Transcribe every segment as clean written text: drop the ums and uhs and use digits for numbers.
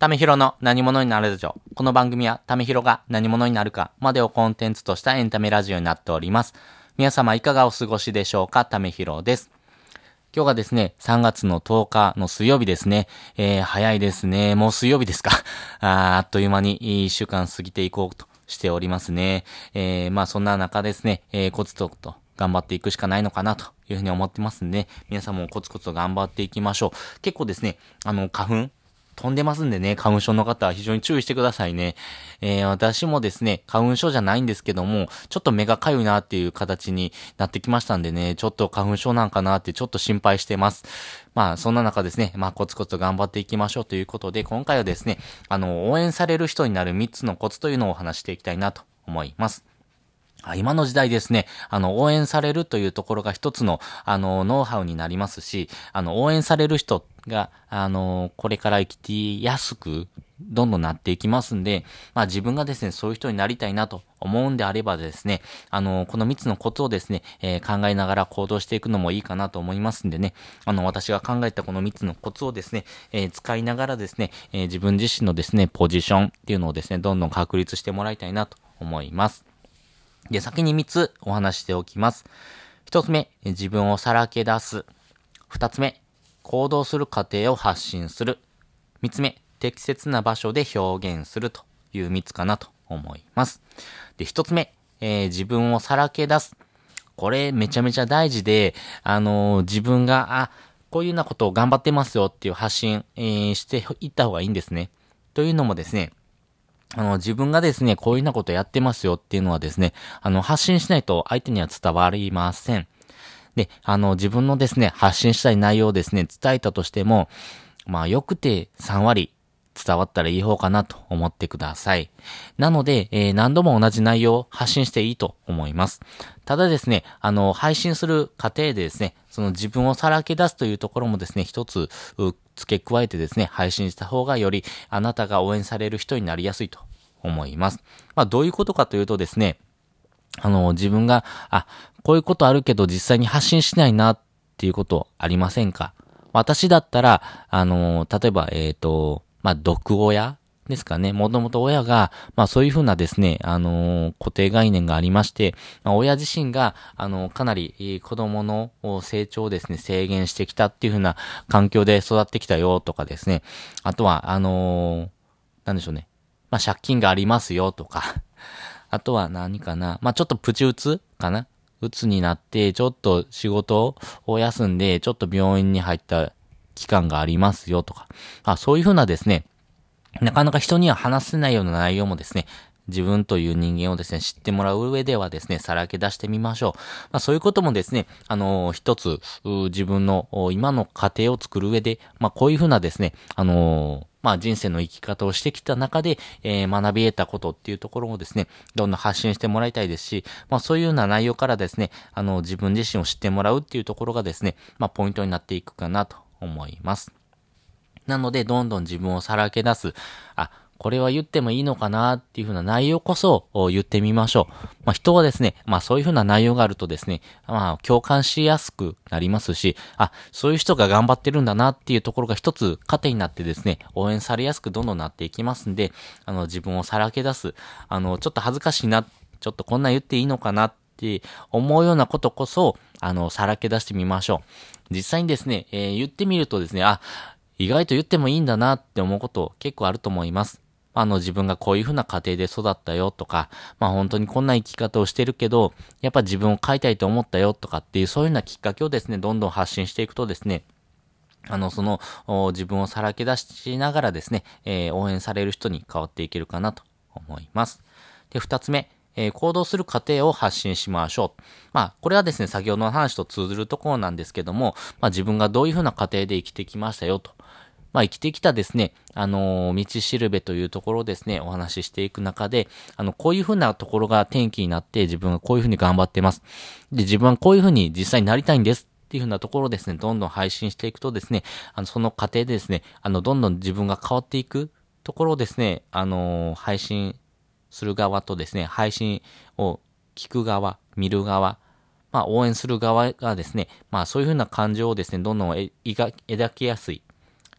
ためひろの何者になるラジオ。この番組はためひろが何者になるかまでをコンテンツとしたエンタメラジオになっております。皆様いかがお過ごしでしょうか。ためひろです。今日がですね、3月の10日の水曜日ですね。早いですね。もう水曜日ですか。あっという間に1週間過ぎていこうとしておりますね。そんな中ですね、コツと頑張っていくしかないのかなというふうに思ってますんで、皆さんもコツコツと頑張っていきましょう。結構ですね、花粉飛んでますんでね、花粉症の方は非常に注意してくださいね。私もですね、花粉症じゃないんですけども、ちょっと目がかゆいなっていう形になってきましたんでね、ちょっと花粉症なんかなってちょっと心配してます。そんな中ですね、コツコツと頑張っていきましょうということで、今回はですね、応援される人になる3つのコツというのをお話していきたいなと思います。今の時代ですね、応援されるというところが一つの、ノウハウになりますし、応援される人が、これから生きてやすく、どんどんなっていきますんで、自分がですね、そういう人になりたいなと思うんであればですね、この3つのコツをですね、考えながら行動していくのもいいかなと思いますんでね、私が考えたこの3つのコツをですね、使いながらですね、自分自身のですね、ポジションっていうのをですね、どんどん確立してもらいたいなと思います。で、先に3つお話しておきます。1つ目、自分をさらけ出す。2つ目、行動する過程を発信する。3つ目、適切な場所で表現するという3つかなと思います。で、1つ目、自分をさらけ出す。これめちゃめちゃ大事で、自分が、こういうようなことを頑張ってますよっていう発信、していった方がいいんですね。というのもですね、自分がですね、こういうようなことやってますよっていうのはですね、発信しないと相手には伝わりません。で、自分のですね、発信したい内容をですね、伝えたとしても、よくて3割伝わったらいい方かなと思ってください。なので、何度も同じ内容を発信していいと思います。ただですね、配信する過程でですね、その自分をさらけ出すというところもですね、一つ付け加えてですね、配信した方がよりあなたが応援される人になりやすいと思います。どういうことかというとですね、自分が、こういうことあるけど実際に発信しないなっていうことありませんか？私だったら、例えば、毒親ですかね。もともと親が、そういうふうなですね、固定概念がありまして、親自身が、かなり子供の成長をですね、制限してきたっていうふうな環境で育ってきたよとかですね。あとは、なんでしょうね。借金がありますよとか。あとは何かな。ちょっとプチ打つかな。鬱になって、ちょっと仕事を休んで、ちょっと病院に入った期間がありますよとか。そういうふうなですね、なかなか人には話せないような内容もですね、自分という人間をですね、知ってもらう上ではですね、さらけ出してみましょう。そういうこともですね、一つ、自分の今の過程を作る上で、こういうふうなですね、人生の生き方をしてきた中で、学び得たことっていうところをですね、どんどん発信してもらいたいですし、そういうような内容からですね、自分自身を知ってもらうっていうところがですね、ポイントになっていくかなと思います。なので、どんどん自分をさらけ出す。これは言ってもいいのかなっていう風な内容こそ言ってみましょう。人はですね、そういう風な内容があるとですね、共感しやすくなりますし、そういう人が頑張ってるんだなっていうところが一つ糧になってですね、応援されやすくどんどんなっていきますんで、自分をさらけ出す。ちょっと恥ずかしいな、ちょっとこんなん言っていいのかなって思うようなことこそ、さらけ出してみましょう。実際にですね、言ってみるとですね、意外と言ってもいいんだなって思うこと結構あると思います。自分がこういう風な家庭で育ったよとか、本当にこんな生き方をしてるけど、やっぱ自分を変えたいと思ったよとかっていう、そういうようなきっかけをですね、どんどん発信していくとですね、自分をさらけ出しながらですね、応援される人に変わっていけるかなと思います。で、二つ目。行動する過程を発信しましょう。これはですね、先ほどの話と通ずるところなんですけども、自分がどういうふうな過程で生きてきましたよと。生きてきたですね、道しるべというところをですね、お話ししていく中で、こういうふうなところが転機になって自分がこういうふうに頑張ってます。で、自分はこういうふうに実際になりたいんです。っていうふうなところをですね、どんどん配信していくとですね、その過程でですね、どんどん自分が変わっていくところをですね、配信する側とですね、配信を聞く側、見る側、応援する側がですね、そういうふうな感情をですね、どんどん描きやすい。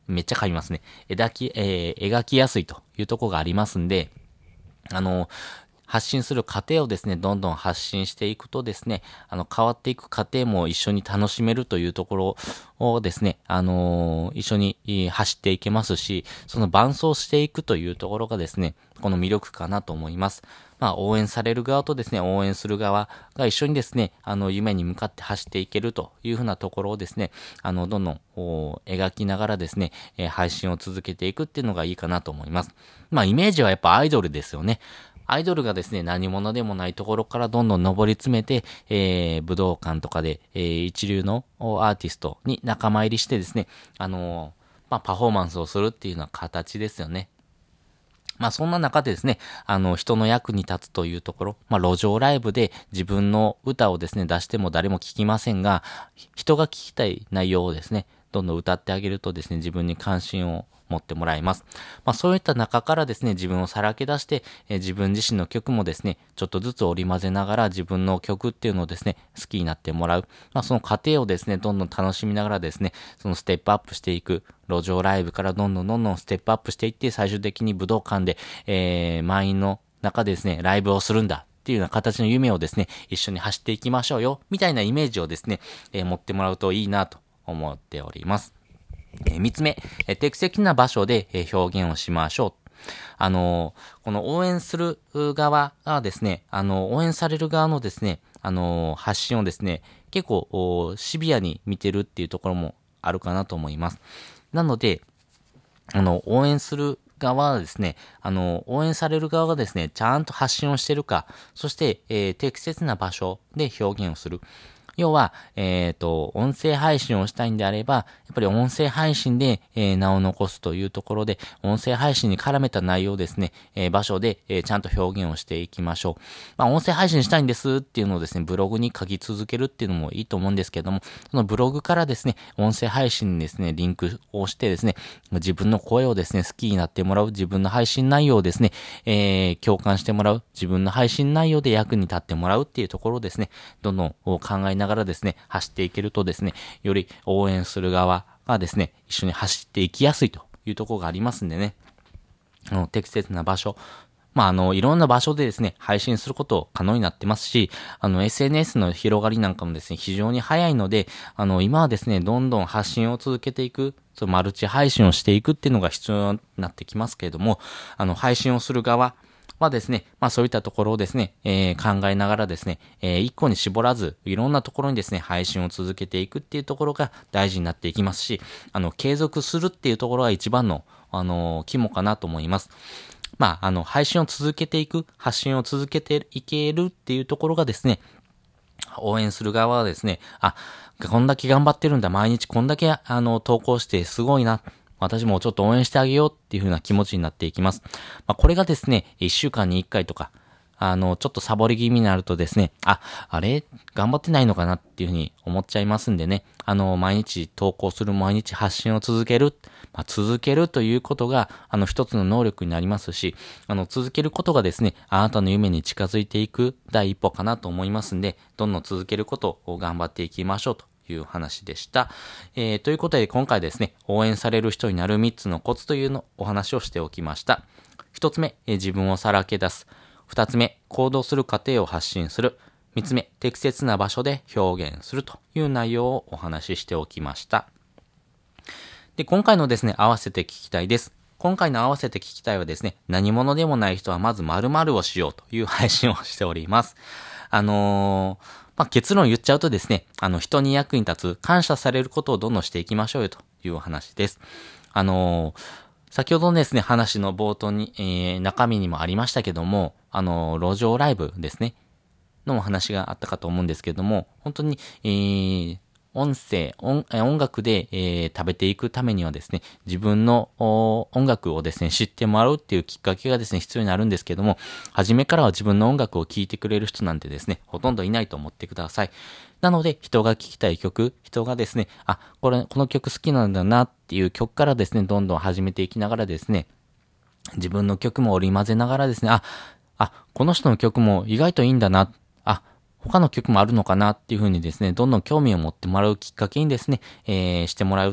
めっちゃ噛みますね。描きやすいというところがありますんで、発信する過程をですね、どんどん発信していくとですね、変わっていく過程も一緒に楽しめるというところをですね、一緒に走っていけますし、その伴走していくというところがですね、この魅力かなと思います。応援される側とですね、応援する側が一緒にですね、夢に向かって走っていけるというふうなところをですね、どんどん描きながらですね、配信を続けていくっていうのがいいかなと思います。イメージはやっぱアイドルですよね。アイドルがですね、何者でもないところからどんどん上り詰めて、武道館とかで、一流のアーティストに仲間入りしてですね、パフォーマンスをするっていうような形ですよね。そんな中でですね、人の役に立つというところ、路上ライブで自分の歌をですね、出しても誰も聞きませんが、人が聞きたい内容をですね、どんどん歌ってあげるとですね、自分に関心を持ってもらいます。そういった中からですね、自分をさらけ出して、自分自身の曲もですね、ちょっとずつ織り交ぜながら自分の曲っていうのをですね、好きになってもらう。その過程をですね、どんどん楽しみながらですね、そのステップアップしていく。路上ライブからどんどんステップアップしていって、最終的に武道館で、満員の中でですね、ライブをするんだ。っていうような形の夢をですね、一緒に走っていきましょうよ。みたいなイメージをですね、持ってもらうといいなと思っております。三つ目、適切な場所で表現をしましょう。この応援する側がですね、応援される側のですね、発信をですね、結構シビアに見てるっていうところもあるかなと思います。なので、応援する側はですね、応援される側がですね、ちゃんと発信をしているか、そして、適切な場所で表現をする。要は、音声配信をしたいんであれば、やっぱり音声配信で、名を残すというところで、音声配信に絡めた内容ですね、場所で、ちゃんと表現をしていきましょう。音声配信したいんですっていうのをですね、ブログに書き続けるっていうのもいいと思うんですけども、そのブログからですね、音声配信にですね、リンクをしてですね、自分の声をですね、好きになってもらう、自分の配信内容をですね、共感してもらう、自分の配信内容で役に立ってもらうっていうところをですね、どんどん考えながらですね、走っていけるとですね、より応援する側がですね、一緒に走っていきやすいというところがありますんでね、適切な場所、いろんな場所でですね、配信すること可能になってますし、SNS の広がりなんかもですね、非常に早いので、今はですね、どんどん発信を続けていく、マルチ配信をしていくっていうのが必要になってきますけれども、配信をする側はですね、そういったところをですね、考えながらですね、一個に絞らず、いろんなところにですね、配信を続けていくっていうところが大事になっていきますし、継続するっていうところが一番の、肝かなと思います。配信を続けていく、発信を続けていけるっていうところがですね、応援する側はですね、こんだけ頑張ってるんだ、毎日こんだけ、投稿してすごいな、私もちょっと応援してあげようっていう風な気持ちになっていきます。これがですね、1週間に1回とか、ちょっとサボり気味になるとですね、あれ頑張ってないのかなっていう風に思っちゃいますんでね、毎日投稿する、毎日発信を続ける、続けるということが、一つの能力になりますし、続けることがですね、あなたの夢に近づいていく第一歩かなと思いますんで、どんどん続けることを頑張っていきましょうという話でした。ということで今回ですね、応援される人になる3つのコツというのお話をしておきました。1つ目、自分をさらけ出す。2つ目、行動する過程を発信する。3つ目、適切な場所で表現するという内容をお話ししておきました。で、今回のですね、合わせて聞きたいです。今回の合わせて聞きたいはですね、何者でもない人はまず〇〇をしようという配信をしております。結論言っちゃうとですね、人に役に立つ、感謝されることをどんどんしていきましょうよというお話です。先ほどのですね、話の冒頭に、中身にもありましたけども、路上ライブですね、のお話があったかと思うんですけども、本当に、音楽で、食べていくためにはですね、自分の音楽をですね、知ってもらうっていうきっかけがですね、必要になるんですけども、初めからは自分の音楽を聴いてくれる人なんてですね、ほとんどいないと思ってください。なので、人が聴きたい曲、人がですね、この曲好きなんだなっていう曲からですね、どんどん始めていきながらですね、自分の曲も織り交ぜながらですね、この人の曲も意外といいんだな、他の曲もあるのかなっていう風にですね、どんどん興味を持ってもらうきっかけにですね、してもらうと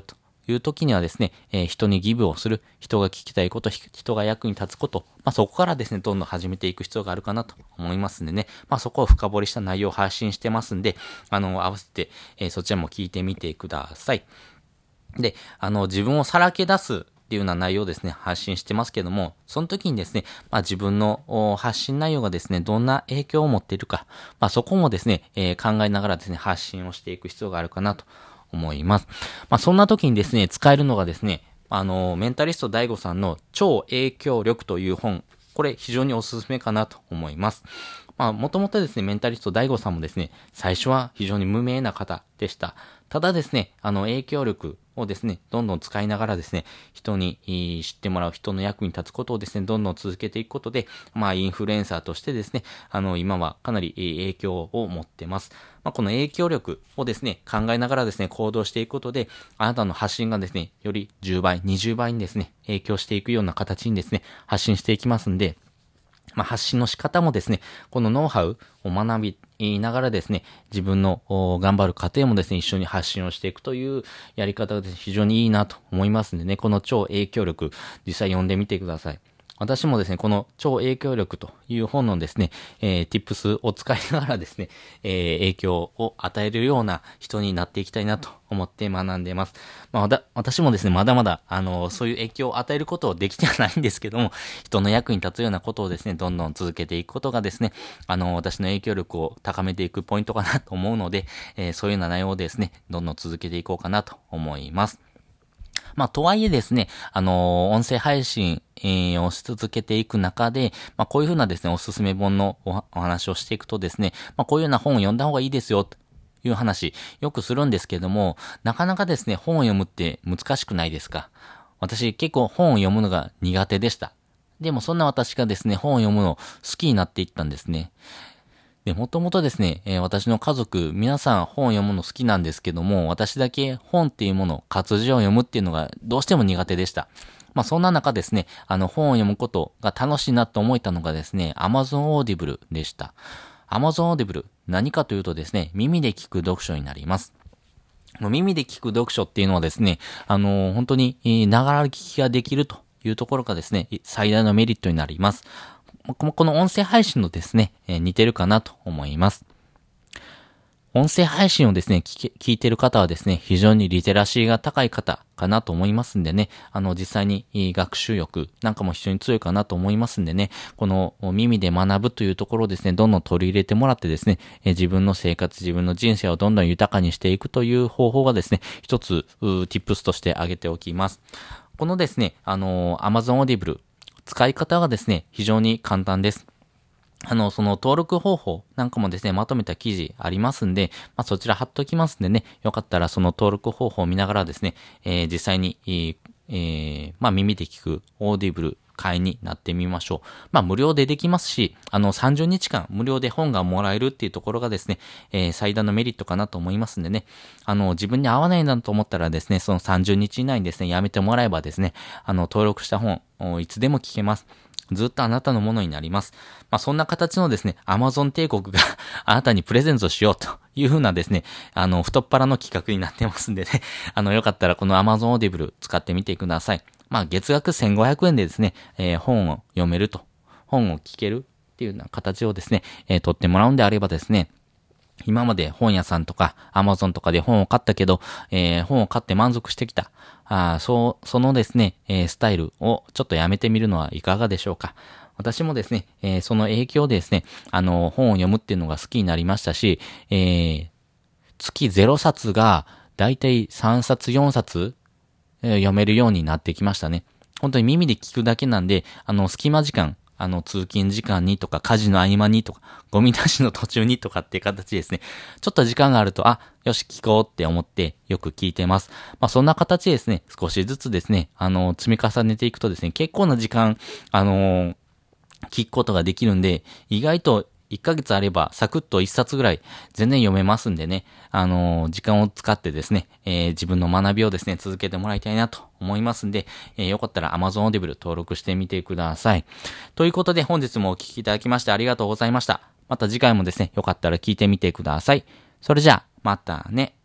いう時にはですね、人にギブをする、人が聞きたいこと、人が役に立つこと、そこからですね、どんどん始めていく必要があるかなと思いますんでね、そこを深掘りした内容を配信してますんで、合わせて、そちらも聞いてみてください。で、自分をさらけ出すっていうような内容をですね、発信してますけども、その時にですね、自分の発信内容がですね、どんな影響を持っているか、そこもですね、考えながらですね、発信をしていく必要があるかなと思います。そんな時にですね、使えるのがですね、メンタリスト DAIGO さんの超影響力という本、これ非常におすすめかなと思います。もともとですね、メンタリスト DAIGO さんもですね、最初は非常に無名な方でした。ただですね、影響力をですね、どんどん使いながらですね、人に知ってもらう、人の役に立つことをですね、どんどん続けていくことで、インフルエンサーとしてですね、今はかなり影響を持ってます。この影響力をですね、考えながらですね、行動していくことで、あなたの発信がですね、より10倍、20倍にですね、影響していくような形にですね、発信していきますんで、発信の仕方もですね、このノウハウを学びながらですね、自分の頑張る過程もですね、一緒に発信をしていくというやり方がですね、非常にいいなと思いますんでね、この超影響力、実際読んでみてください。私もですね、この超影響力という本のですね、tips を使いながらですね、影響を与えるような人になっていきたいなと思って学んでいます。私もですね、まだまだ、そういう影響を与えることをできてはないんですけども、人の役に立つようなことをですね、どんどん続けていくことがですね、私の影響力を高めていくポイントかなと思うので、そういうような内容をですね、どんどん続けていこうかなと思います。とはいえですね、音声配信、をし続けていく中で、こういうふうなですね、おすすめ本のお話をしていくとですね、こういうような本を読んだ方がいいですよ、という話、よくするんですけども、なかなかですね、本を読むって難しくないですか？私結構本を読むのが苦手でした。でもそんな私がですね、本を読むの好きになっていったんですね。で、もともとですね、私の家族、皆さん本を読むの好きなんですけども、私だけ本っていうもの、活字を読むっていうのがどうしても苦手でした。そんな中ですね、本を読むことが楽しいなと思えたのがですね、Amazon Audible でした。Amazon Audible、何かというとですね、耳で聞く読書になります。耳で聞く読書っていうのはですね、本当に、ながら聞きができるというところがですね、最大のメリットになります。この音声配信のですね、似てるかなと思います。音声配信をですね、聞いてる方はですね、非常にリテラシーが高い方かなと思いますんでね、実際に学習欲なんかも非常に強いかなと思いますんでね、この耳で学ぶというところをですね、どんどん取り入れてもらってですね、自分の生活、自分の人生をどんどん豊かにしていくという方法がですね、一つ、tips として挙げておきます。このですね、Amazon Audible、使い方がですね、非常に簡単です。その登録方法なんかもですね、まとめた記事ありますんで、そちら貼っときますんでね、よかったらその登録方法を見ながらですね、実際に、耳で聞くオーディブル会になってみましょう。無料でできますし、30日間無料で本がもらえるっていうところがですね、最大のメリットかなと思いますんでね、自分に合わないなと思ったらですね、その30日以内にですね、やめてもらえばですね、登録した本、いつでも聞けます。ずっとあなたのものになります。そんな形のですね、Amazon 帝国があなたにプレゼントしようというふうなですね、太っ腹の企画になってますんでね、よかったらこの Amazon Audible 使ってみてください。月額1500円でですね、本を読めると、本を聞けるっていうような形をですね、取ってもらうんであればですね、今まで本屋さんとか Amazon とかで本を買ったけど、本を買って満足してきた。そのですね、スタイルをちょっとやめてみるのはいかがでしょうか。私もですね、その影響でですね、本を読むっていうのが好きになりましたし、月0冊がだいたい3冊4冊読めるようになってきましたね。本当に耳で聞くだけなんで、隙間時間、通勤時間にとか、家事の合間にとか、ゴミ出しの途中にとかっていう形ですね。ちょっと時間があると、よし、聞こうって思ってよく聞いてます。そんな形ですね、少しずつですね、積み重ねていくとですね、結構な時間、聞くことができるんで、意外と1ヶ月あればサクッと1冊ぐらい全然読めますんでね、時間を使ってですね、自分の学びをですね、続けてもらいたいなと思いますんで、よかったら Amazon Audible 登録してみてください。ということで本日もお聞きいただきましてありがとうございました。また次回もですね、よかったら聞いてみてください。それじゃあ、またね。